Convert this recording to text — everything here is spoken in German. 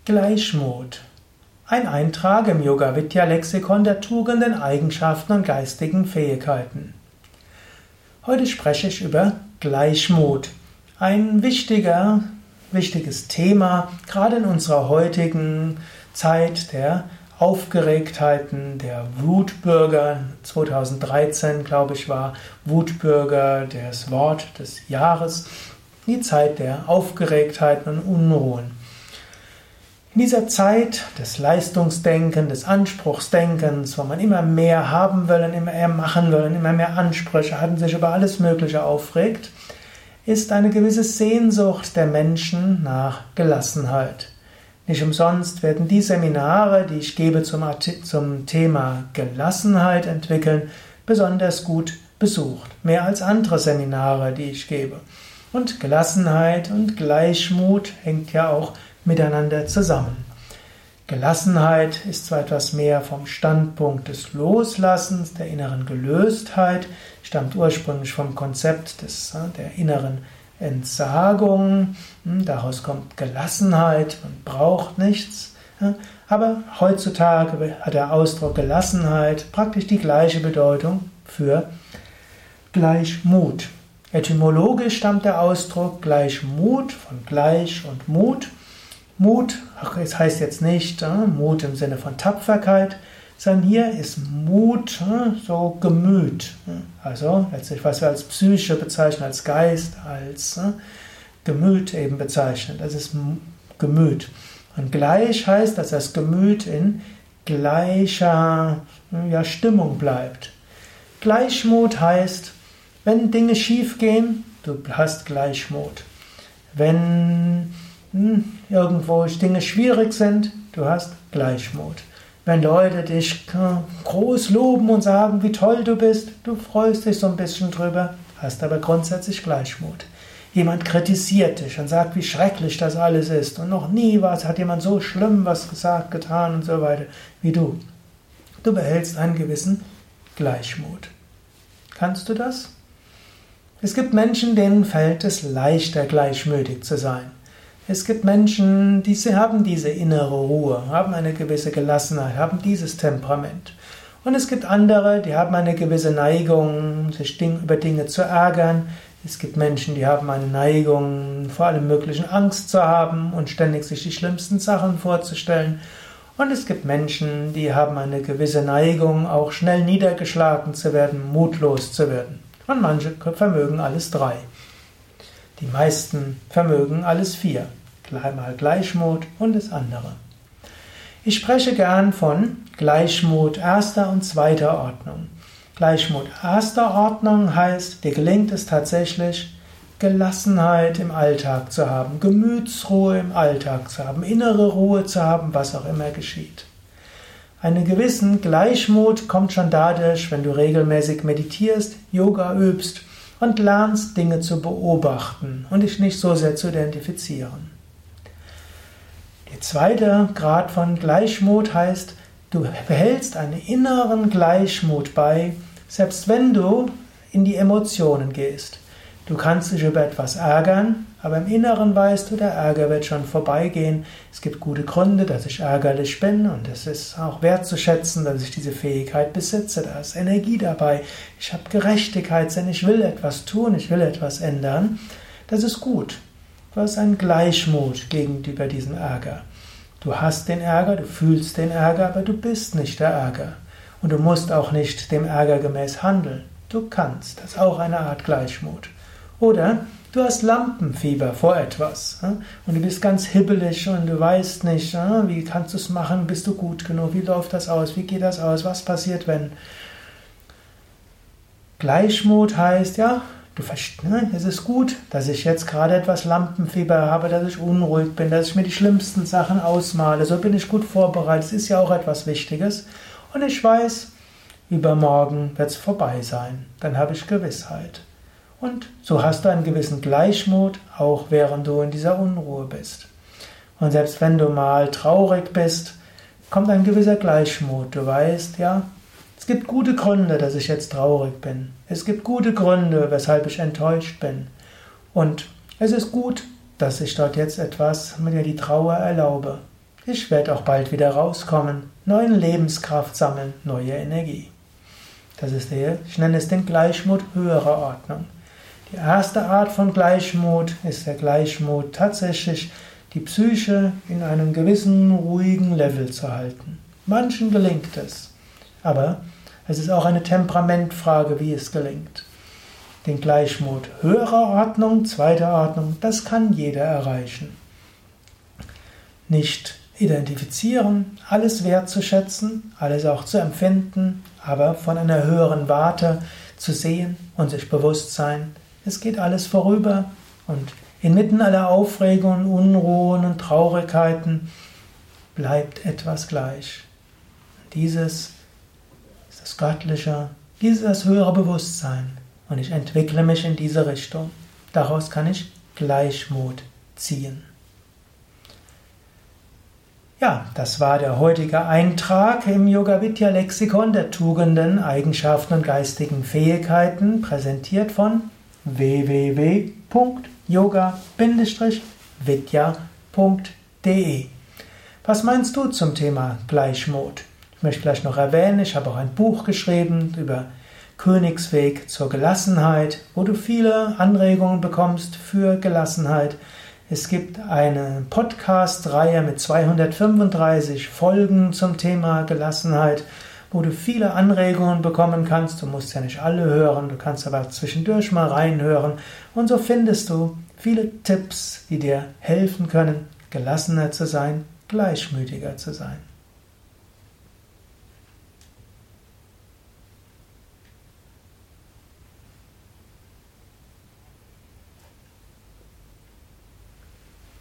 Gleichmut. Ein Eintrag im Yoga-Vidya-Lexikon der Tugenden, Eigenschaften und geistigen Fähigkeiten. Heute spreche ich über Gleichmut. Ein wichtiges Thema, gerade in unserer heutigen Zeit der Aufgeregtheiten, der Wutbürger. 2013, glaube ich, war Wutbürger das Wort des Jahres. Die Zeit der Aufgeregtheiten und Unruhen. In dieser Zeit des Leistungsdenkens, des Anspruchsdenkens, wo man immer mehr haben will und immer mehr machen will und immer mehr Ansprüche hat und sich über alles Mögliche aufregt, ist eine gewisse Sehnsucht der Menschen nach Gelassenheit. Nicht umsonst werden die Seminare, die ich gebe zum Thema Gelassenheit entwickeln, besonders gut besucht. Mehr als andere Seminare, die ich gebe. Und Gelassenheit und Gleichmut hängt ja auch miteinander zusammen. Gelassenheit ist zwar etwas mehr vom Standpunkt des Loslassens, der inneren Gelöstheit, stammt ursprünglich vom Konzept der inneren Entsagung. Daraus kommt Gelassenheit, man braucht nichts. Aber heutzutage hat der Ausdruck Gelassenheit praktisch die gleiche Bedeutung für Gleichmut. Etymologisch stammt der Ausdruck Gleichmut von Gleich und Mut. Mut, es heißt jetzt nicht Mut im Sinne von Tapferkeit, sondern hier ist Mut so Gemüt. Also letztlich, was wir als Psyche bezeichnen, als Geist, als Gemüt eben bezeichnen. Das ist Gemüt. Und gleich heißt, dass das Gemüt in gleicher Stimmung bleibt. Gleichmut heißt, wenn Dinge schief gehen, du hast Gleichmut. Wenn irgendwo Dinge schwierig sind, du hast Gleichmut. Wenn Leute dich groß loben und sagen, wie toll du bist, du freust dich so ein bisschen drüber, hast aber grundsätzlich Gleichmut. Jemand kritisiert dich und sagt, wie schrecklich das alles ist und noch nie hat jemand so schlimm was gesagt, getan und so weiter wie du. Du behältst einen gewissen Gleichmut. Kannst du das? Es gibt Menschen, denen fällt es leichter, gleichmütig zu sein. Es gibt Menschen, die haben diese innere Ruhe, haben eine gewisse Gelassenheit, haben dieses Temperament. Und es gibt andere, die haben eine gewisse Neigung, sich über Dinge zu ärgern. Es gibt Menschen, die haben eine Neigung, vor allem möglichen Angst zu haben und ständig sich die schlimmsten Sachen vorzustellen. Und es gibt Menschen, die haben eine gewisse Neigung, auch schnell niedergeschlagen zu werden, mutlos zu werden. Und manche vermögen alles drei. Die meisten vermögen alles vier. Mal Gleichmut und das andere. Ich spreche gern von Gleichmut erster und zweiter Ordnung. Gleichmut erster Ordnung heißt, dir gelingt es tatsächlich, Gelassenheit im Alltag zu haben, Gemütsruhe im Alltag zu haben, innere Ruhe zu haben, was auch immer geschieht. Einen gewissen Gleichmut kommt schon dadurch, wenn du regelmäßig meditierst, Yoga übst und lernst, Dinge zu beobachten und dich nicht so sehr zu identifizieren. Der zweite Grad von Gleichmut heißt, du behältst einen inneren Gleichmut bei, selbst wenn du in die Emotionen gehst. Du kannst dich über etwas ärgern, aber im Inneren weißt du, der Ärger wird schon vorbeigehen. Es gibt gute Gründe, dass ich ärgerlich bin und es ist auch wertzuschätzen, dass ich diese Fähigkeit besitze. Da ist Energie dabei. Ich habe Gerechtigkeitssinn, ich will etwas tun, ich will etwas ändern. Das ist gut. Du hast einen Gleichmut gegenüber diesem Ärger. Du hast den Ärger, du fühlst den Ärger, aber du bist nicht der Ärger. Und du musst auch nicht dem Ärger gemäß handeln. Du kannst. Das ist auch eine Art Gleichmut. Oder du hast Lampenfieber vor etwas und du bist ganz hibbelig und du weißt nicht, wie kannst du es machen, bist du gut genug, wie läuft das aus, wie geht das aus, was passiert, wenn. Gleichmut heißt, es ist gut, dass ich jetzt gerade etwas Lampenfieber habe, dass ich unruhig bin, dass ich mir die schlimmsten Sachen ausmale, so bin ich gut vorbereitet, das ist ja auch etwas Wichtiges und ich weiß, übermorgen wird es vorbei sein, dann habe ich Gewissheit. Und so hast du einen gewissen Gleichmut, auch während du in dieser Unruhe bist. Und selbst wenn du mal traurig bist, kommt ein gewisser Gleichmut. Du weißt, es gibt gute Gründe, dass ich jetzt traurig bin. Es gibt gute Gründe, weshalb ich enttäuscht bin. Und es ist gut, dass ich dort jetzt etwas mit dir die Trauer erlaube. ich werde auch bald wieder rauskommen, neue Lebenskraft sammeln, neue Energie. Ich nenne es den Gleichmut höherer Ordnung. Die erste Art von Gleichmut ist der Gleichmut, tatsächlich die Psyche in einem gewissen ruhigen Level zu halten. Manchen gelingt es, aber es ist auch eine Temperamentfrage, wie es gelingt. Den Gleichmut höherer Ordnung, zweiter Ordnung, das kann jeder erreichen. Nicht identifizieren, alles wertzuschätzen, alles auch zu empfinden, aber von einer höheren Warte zu sehen und sich bewusst sein, es geht alles vorüber und inmitten aller Aufregungen, Unruhen und Traurigkeiten bleibt etwas gleich. Dieses ist das Göttliche, dieses ist das höhere Bewusstsein und ich entwickle mich in diese Richtung. Daraus kann ich Gleichmut ziehen. Ja, das war der heutige Eintrag im Yoga-Vidya-Lexikon der Tugenden, Eigenschaften und geistigen Fähigkeiten, präsentiert von www.yoga-vidya.de. Was meinst du zum Thema Gleichmut? Ich möchte gleich noch erwähnen, ich habe auch ein Buch geschrieben über Königsweg zur Gelassenheit, wo du viele Anregungen bekommst für Gelassenheit. Es gibt eine Podcast-Reihe mit 235 Folgen zum Thema Gelassenheit, wo du viele Anregungen bekommen kannst. Du musst ja nicht alle hören, du kannst aber zwischendurch mal reinhören. Und so findest du viele Tipps, die dir helfen können, gelassener zu sein, gleichmütiger zu sein.